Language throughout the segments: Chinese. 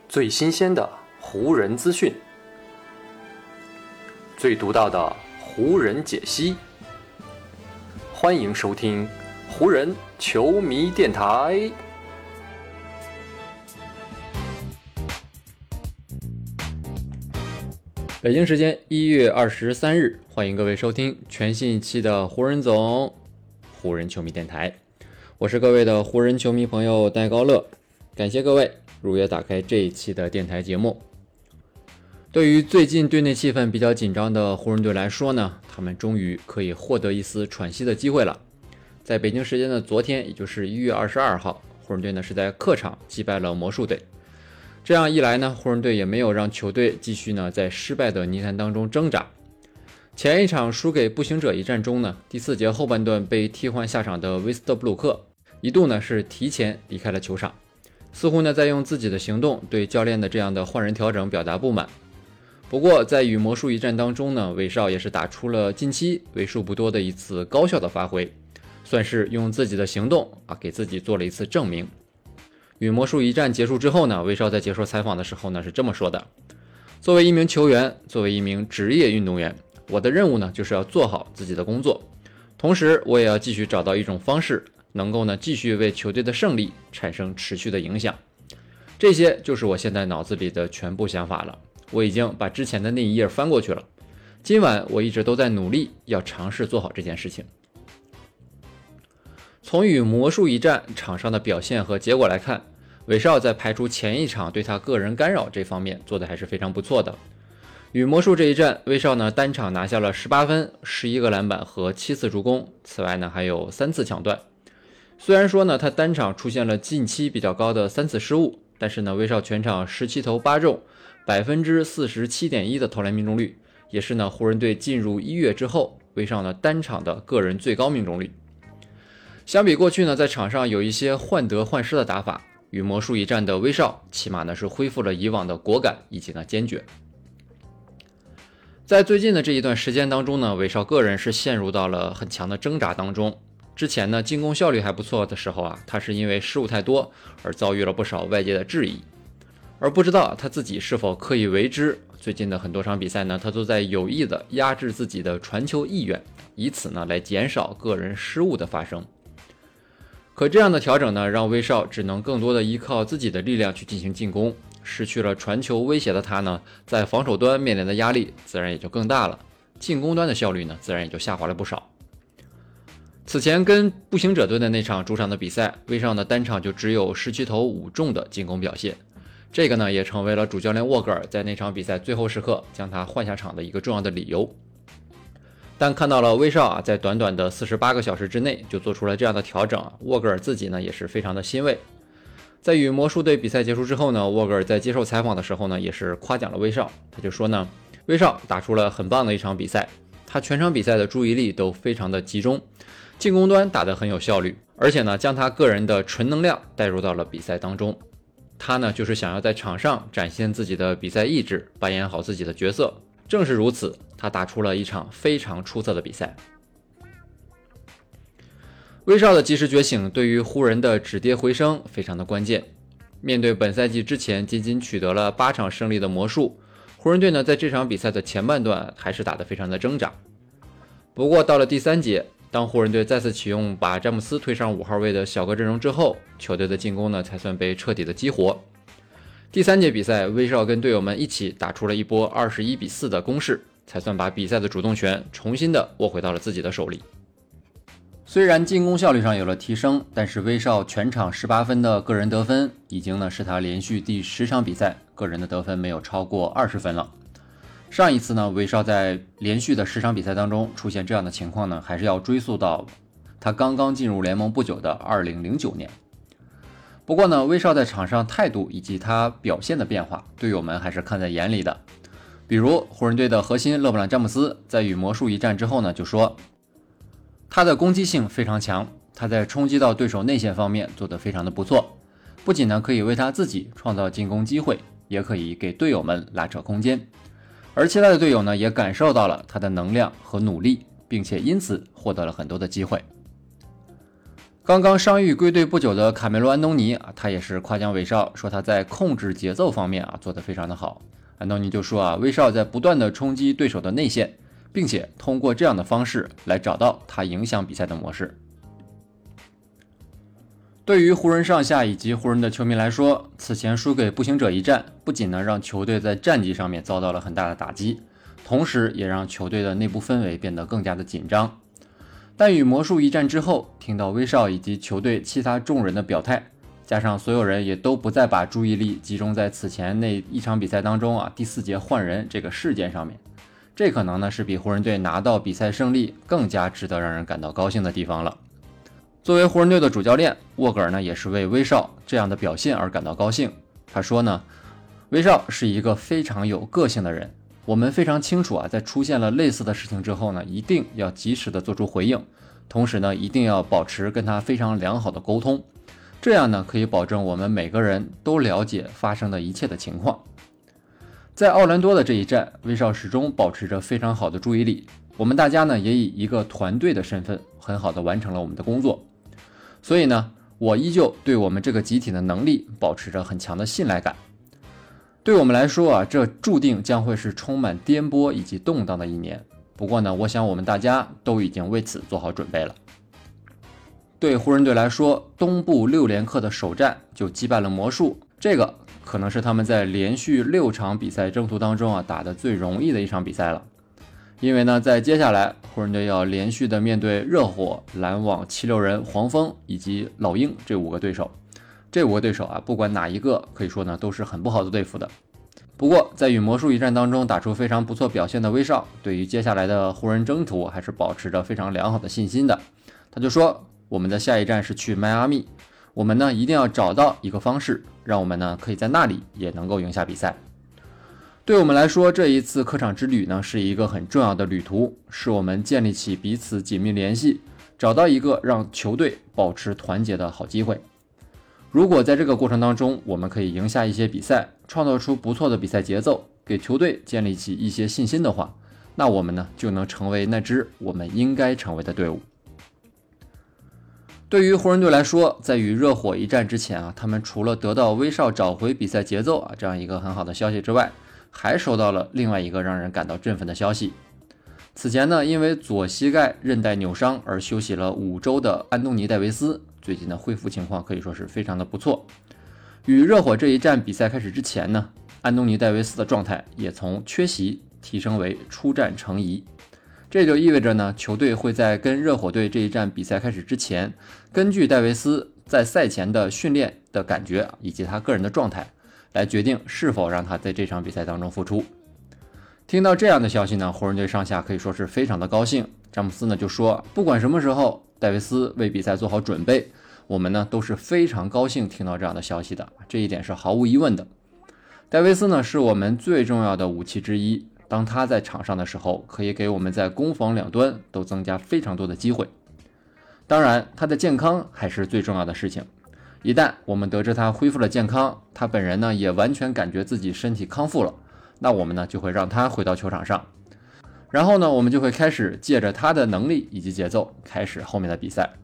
最新鲜的湖人资讯，最独到的湖人解析。欢迎收听湖人球迷电台。北京时间1月23日，欢迎各位收听全新一期的湖人总湖人球迷电台。我是各位的湖人球迷朋友戴高乐，感谢各位如约打开这一期的电台节目。对于最近队内气氛比较紧张的湖人队来说呢，他们终于可以获得一丝喘息的机会了。在北京时间的昨天，也就是1月22号，湖人队呢是在客场击败了魔术队。这样一来呢，湖人队也没有让球队继续呢在失败的泥潭当中挣扎。前一场输给步行者一战中呢，第4节后半段被替换下场的威斯特布鲁克一度呢是提前离开了球场，似乎呢在用自己的行动对教练的这样的换人调整表达不满。不过在与魔术一战当中呢，威少也是打出了近期为数不多的一次高效的发挥，算是用自己的行动给自己做了一次证明。与魔术一战结束之后呢，威少在接受采访的时候呢是这么说的：作为一名球员，作为一名职业运动员，我的任务呢就是要做好自己的工作，同时我也要继续找到一种方式，能够呢继续为球队的胜利产生持续的影响。这些就是我现在脑子里的全部想法了，我已经把之前的那一页翻过去了。今晚我一直都在努力要尝试做好这件事情。从与魔术一战场上的表现和结果来看，威少在排除前一场对他个人干扰这方面做的还是非常不错的。与魔术这一战，威少呢单场拿下了18分、11个篮板和7次助攻，此外呢还有3次抢断。虽然说呢他单场出现了近期比较高的3次失误，但是呢威少全场17投8中，47.1% 的投篮命中率，也是呢湖人队进入1月之后威少呢单场的个人最高命中率。相比过去呢在场上有一些患得患失的打法，与魔术一战的威少起码呢是恢复了以往的果敢以及呢坚决。在最近的这一段时间当中呢，威少个人是陷入到了很强的挣扎当中。之前呢进攻效率还不错的时候他是因为失误太多而遭遇了不少外界的质疑，而不知道他自己是否刻意为之。最近的很多场比赛呢，他都在有意的压制自己的传球意愿，以此呢来减少个人失误的发生。可这样的调整呢，让威少只能更多的依靠自己的力量去进行进攻，失去了传球威胁的他呢，在防守端面临的压力自然也就更大了，进攻端的效率呢，自然也就下滑了不少。此前跟步行者队的那场主场的比赛，威少呢单场就只有17投5中的进攻表现，这个呢也成为了主教练沃格尔在那场比赛最后时刻将他换下场的一个重要的理由。但看到了威少在短短的48个小时之内就做出了这样的调整，沃格尔自己呢也是非常的欣慰。在与魔术队比赛结束之后呢，沃格尔在接受采访的时候呢也是夸奖了威少，他就说呢，威少打出了很棒的一场比赛，他全场比赛的注意力都非常的集中，进攻端打得很有效率，而且呢将他个人的纯能量带入到了比赛当中。他呢就是想要在场上展现自己的比赛意志，扮演好自己的角色。正是如此，他打出了一场非常出色的比赛。威少的及时觉醒对于湖人的止跌回升非常的关键。面对本赛季之前仅仅取得了8场胜利的魔术，湖人队呢在这场比赛的前半段还是打得非常的挣扎。不过到了第3节，当湖人队再次启用把詹姆斯推上5号位的小个阵容之后，球队的进攻呢才算被彻底的激活。第3节比赛，威少跟队友们一起打出了一波21-4的攻势，才算把比赛的主动权重新的握回到了自己的手里。虽然进攻效率上有了提升，但是威少全场18分的个人得分已经呢是他连续第10场比赛个人的得分没有超过20分了。上一次呢威少在连续的10场比赛当中出现这样的情况呢，还是要追溯到他刚刚进入联盟不久的2009年。不过呢，威少在场上态度以及他表现的变化，队友们还是看在眼里的。比如湖人队的核心勒布朗詹姆斯在与魔术一战之后呢，就说他的攻击性非常强，他在冲击到对手内线方面做得非常的不错，不仅呢可以为他自己创造进攻机会，也可以给队友们拉扯空间。而其他的队友呢也感受到了他的能量和努力，并且因此获得了很多的机会。 刚刚伤愈归队不久的卡梅罗·安东尼啊，他也是夸奖威少，说他在控制节奏方面啊做得非常的好。安东尼就说啊，威少在不断的冲击对手的内线，并且通过这样的方式来找到他影响比赛的模式。对于湖人上下以及湖人的球迷来说，此前输给步行者一战，不仅呢让球队在战绩上面遭到了很大的打击，同时也让球队的内部氛围变得更加的紧张。但与魔术一战之后，听到威少以及球队其他众人的表态，加上所有人也都不再把注意力集中在此前那一场比赛当中啊第4节换人这个事件上面，这可能呢是比湖人队拿到比赛胜利更加值得让人感到高兴的地方了。作为湖人队的主教练，沃格尔呢也是为威少这样的表现而感到高兴。他说呢，威少是一个非常有个性的人，我们非常清楚啊，在出现了类似的事情之后呢，一定要及时的做出回应，同时呢，一定要保持跟他非常良好的沟通，这样呢可以保证我们每个人都了解发生的一切的情况。在奥兰多的这一战，威少始终保持着非常好的注意力，我们大家呢也以一个团队的身份很好的完成了我们的工作。所以呢，我依旧对我们这个集体的能力保持着很强的信赖感。对我们来说啊，这注定将会是充满颠簸以及动荡的一年。不过呢，我想我们大家都已经为此做好准备了。对湖人队来说，东部6连客的首战就击败了魔术，这个可能是他们在连续6场比赛征途当中啊打得最容易的一场比赛了。因为呢，在接下来湖人队要连续的面对热火、篮网、76人、黄蜂以及老鹰这5个对手。这5个对手啊，不管哪一个，可以说呢都是很不好的对付的。不过在与魔术一战当中打出非常不错表现的威少，对于接下来的湖人征途还是保持着非常良好的信心的。他就说，我们的下一站是去迈阿密，我们呢一定要找到一个方式，让我们呢可以在那里也能够赢下比赛。对我们来说，这一次客场之旅呢，是一个很重要的旅途，是我们建立起彼此紧密联系，找到一个让球队保持团结的好机会。如果在这个过程当中，我们可以赢下一些比赛，创造出不错的比赛节奏，给球队建立起一些信心的话，那我们呢就能成为那支我们应该成为的队伍。对于湖人队来说，在与热火一战之前啊，他们除了得到威少找回比赛节奏啊这样一个很好的消息之外，还收到了另外一个让人感到振奋的消息。此前呢，因为左膝盖韧带扭伤而休息了5周的安东尼·戴维斯，最近的恢复情况可以说是非常的不错。与热火这一战比赛开始之前呢，安东尼·戴维斯的状态也从缺席提升为出战成疑。这就意味着呢，球队会在跟热火队这一战比赛开始之前，根据戴维斯在赛前的训练的感觉以及他个人的状态，来决定是否让他在这场比赛当中复出。听到这样的消息呢，湖人队上下可以说是非常的高兴。詹姆斯呢就说，不管什么时候戴维斯为比赛做好准备，我们呢都是非常高兴听到这样的消息的，这一点是毫无疑问的。戴维斯呢是我们最重要的武器之一，当他在场上的时候，可以给我们在攻防两端都增加非常多的机会。当然，他的健康还是最重要的事情。一旦我们得知他恢复了健康，他本人呢也完全感觉自己身体康复了，那我们呢就会让他回到球场上，然后呢我们就会开始借着他的能力以及节奏开始后面的比赛。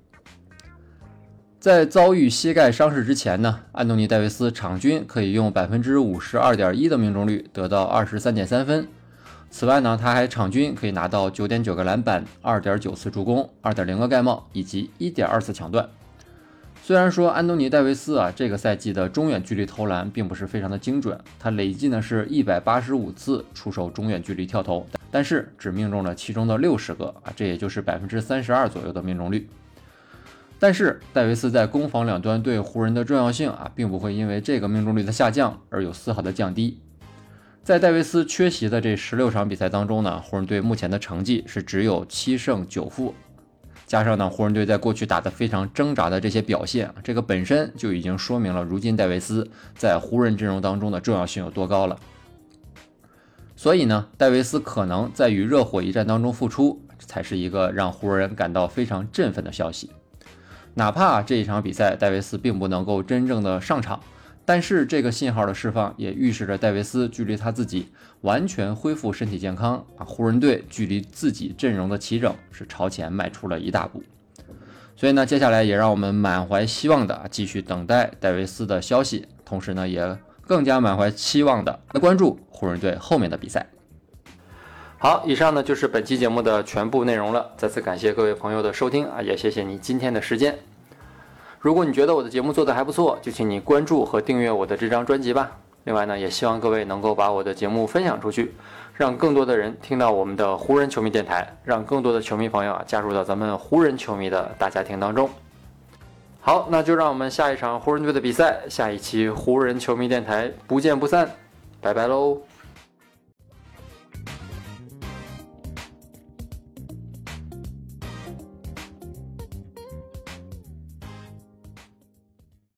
在遭遇膝盖伤势之前呢，安东尼·戴维斯场均可以用 52.1% 的命中率得到 23.3 分。此外呢，他还场均可以拿到 9.9 个篮板、2.9 次助攻、2.0 个盖帽以及 1.2 次抢断。虽然说安东尼·戴维斯这个赛季的中远距离投篮并不是非常的精准，他累计呢是185次出手中远距离跳投，但是只命中了其中的60个这也就是 32% 左右的命中率。但是戴维斯在攻防两端对湖人的重要性并不会因为这个命中率的下降而有丝毫的降低。在戴维斯缺席的这16场比赛当中呢，湖人队目前的成绩是只有7胜9负。加上呢，湖人队在过去打得非常挣扎的这些表现，这个本身就已经说明了如今戴维斯在湖人阵容当中的重要性有多高了。所以呢，戴维斯可能在与热火一战当中复出，才是一个让湖人感到非常振奋的消息。哪怕这一场比赛戴维斯并不能够真正的上场，但是这个信号的释放也预示着戴维斯距离他自己完全恢复身体健康湖人队距离自己阵容的齐整是朝前迈出了一大步。 所以呢，接下来也让我们满怀希望的继续等待戴维斯的消息，同时呢，也更加满怀期望的关注湖人队后面的比赛。好，以上呢就是本期节目的全部内容了。再次感谢各位朋友的收听也谢谢你今天的时间。如果你觉得我的节目做得还不错，就请你关注和订阅我的这张专辑吧。另外呢，也希望各位能够把我的节目分享出去，让更多的人听到我们的湖人球迷电台，让更多的球迷朋友加入到咱们湖人球迷的大家庭当中。好，那就让我们下一场湖人队的比赛，下一期湖人球迷电台不见不散，拜拜喽。